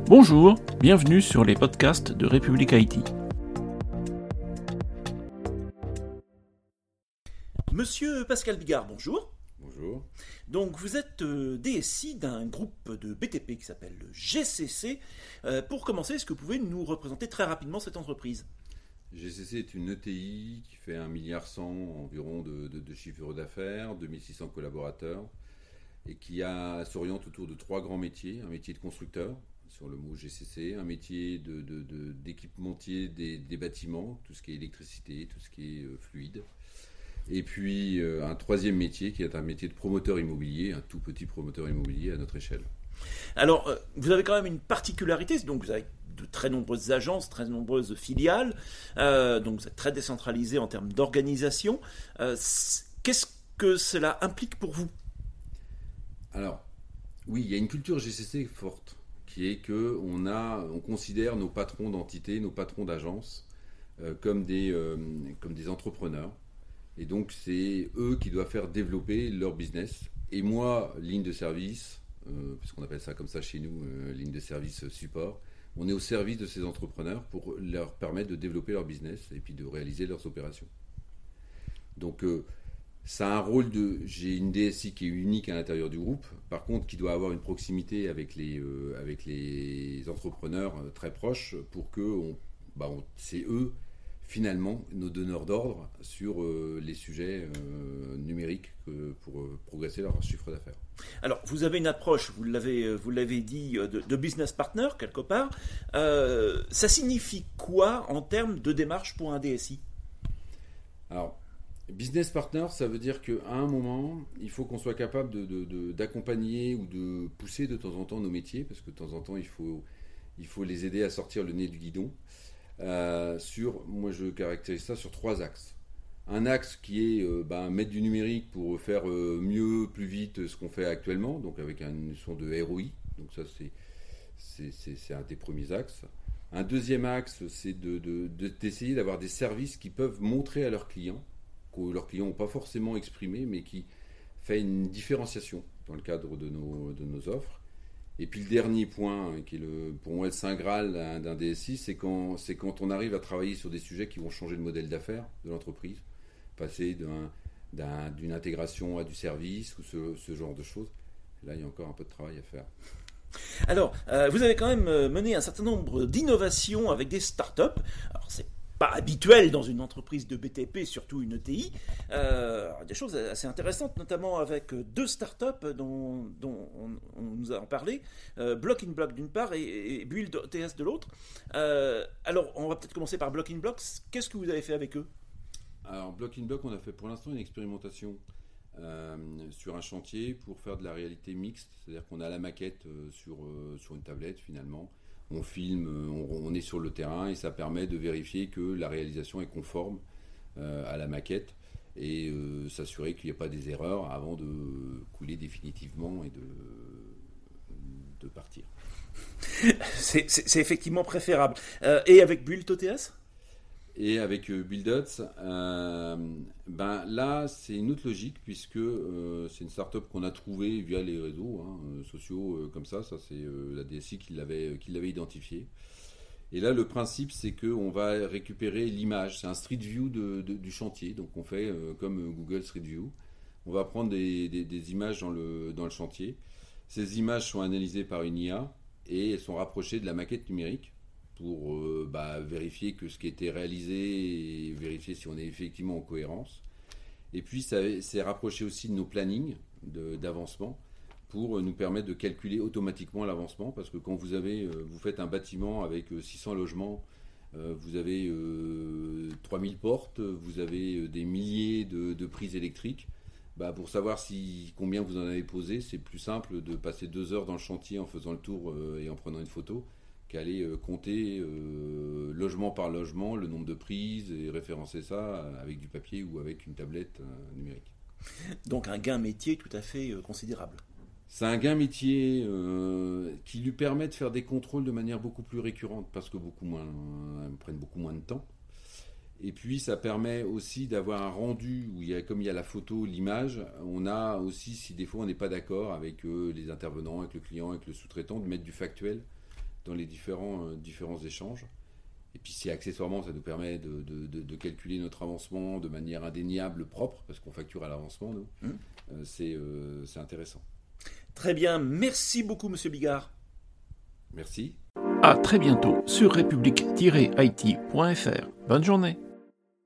Bonjour, bienvenue sur les podcasts de République IT. Monsieur Pascal Bigard, bonjour. Bonjour. Donc vous êtes DSI d'un groupe de BTP qui s'appelle le GCC. Pour commencer, est-ce que vous pouvez nous représenter très rapidement cette entreprise ? GCC est une ETI qui fait 1,1 milliard environ de chiffre d'affaires, 2600 collaborateurs et qui s'oriente autour de 3 grands métiers. Un métier de constructeur, sur le mot GCC, un métier d'équipementier des bâtiments, tout ce qui est électricité, tout ce qui est fluide. Et puis un troisième métier qui est un métier de promoteur immobilier, un tout petit promoteur immobilier à notre échelle. Alors, vous avez quand même une particularité, donc vous avez de très nombreuses agences, très nombreuses filiales, donc vous êtes très décentralisé en termes d'organisation. Qu'est-ce que cela implique pour vous ? Alors, oui, il y a une culture GCC forte, qui est qu'on considère nos patrons d'entités, nos patrons d'agences, comme des entrepreneurs. Et donc, c'est eux qui doivent faire développer leur business. Et moi, ligne de service, puisqu'on appelle ça comme ça chez nous, ligne de service support, on est au service de ces entrepreneurs pour leur permettre de développer leur business et puis de réaliser leurs opérations. Donc, ça a un rôle j'ai une DSI qui est unique à l'intérieur du groupe, par contre, qui doit avoir une proximité avec les entrepreneurs très proches pour que c'est eux, finalement, nos donneurs d'ordre sur les sujets numériques pour progresser leur chiffre d'affaires. Alors, vous avez une approche, vous l'avez dit, de business partner, quelque part. Ça signifie quoi en termes de démarche pour un DSI ? Alors, business partner, ça veut dire qu'à un moment, il faut qu'on soit capable d'accompagner ou de pousser de temps en temps nos métiers, parce que de temps en temps, il faut les aider à sortir le nez du guidon. Moi je caractérise ça sur 3 axes. Un axe qui est mettre du numérique pour faire mieux, plus vite ce qu'on fait actuellement, donc avec une notion de ROI, donc ça c'est un des premiers axes. Un deuxième axe, c'est d'essayer d'avoir des services qui peuvent montrer à leurs clients, que leurs clients n'ont pas forcément exprimé, mais qui fait une différenciation dans le cadre de nos offres. Et puis le dernier point, qui est pour moi le saint graal d'un DSI, c'est quand on arrive à travailler sur des sujets qui vont changer le modèle d'affaires de l'entreprise, passer d'une intégration à du service ou ce genre de choses. Là, il y a encore un peu de travail à faire. Alors, vous avez quand même mené un certain nombre d'innovations avec des startups. Alors, c'est pas habituel dans une entreprise de BTP, surtout une ETI. Des choses assez intéressantes, notamment avec 2 startups dont on nous a parlé, Block in Block d'une part et Build OTS de l'autre. Alors, on va peut-être commencer par Block in Block. Qu'est-ce que vous avez fait avec eux ? Alors, Block in Block, on a fait pour l'instant une expérimentation sur un chantier pour faire de la réalité mixte, c'est-à-dire qu'on a la maquette sur une tablette finalement. On filme, on est sur le terrain et ça permet de vérifier que la réalisation est conforme à la maquette et s'assurer qu'il n'y a pas des erreurs avant de couler définitivement et de partir. C'est effectivement préférable. Et avec Build OTS ? Et avec BuildOts, là c'est une autre logique puisque c'est une start-up qu'on a trouvée via les réseaux sociaux comme ça c'est la DSI qui l'avait identifié. Et là le principe c'est qu'on va récupérer l'image, c'est un Street View du chantier, donc on fait comme Google Street View. On va prendre des images dans le chantier. Ces images sont analysées par une IA et elles sont rapprochées de la maquette numérique pour vérifier que ce qui a été réalisé et vérifier si on est effectivement en cohérence. Et puis, c'est rapproché aussi de nos plannings d'avancement pour nous permettre de calculer automatiquement l'avancement, parce que quand vous faites un bâtiment avec 600 logements, vous avez 3000 portes, vous avez des milliers de prises électriques. Pour savoir combien vous en avez posé, c'est plus simple de passer 2 heures dans le chantier en faisant le tour et en prenant une photo, qu'aller compter logement par logement le nombre de prises et référencer ça avec du papier ou avec une tablette numérique. Donc un gain métier tout à fait considérable. C'est un gain métier qui lui permet de faire des contrôles de manière beaucoup plus récurrente parce que prennent beaucoup moins de temps. Et puis ça permet aussi d'avoir un rendu où comme il y a la photo, l'image, on a aussi, si des fois on n'est pas d'accord avec les intervenants, avec le client, avec le sous-traitant, de mettre du factuel dans les différents échanges. Et puis si accessoirement ça nous permet de calculer notre avancement de manière indéniable, propre, parce qu'on facture à l'avancement, nous, c'est intéressant. Très bien, merci beaucoup Monsieur Bigard. Merci. À très bientôt sur république-it.fr. Bonne journée.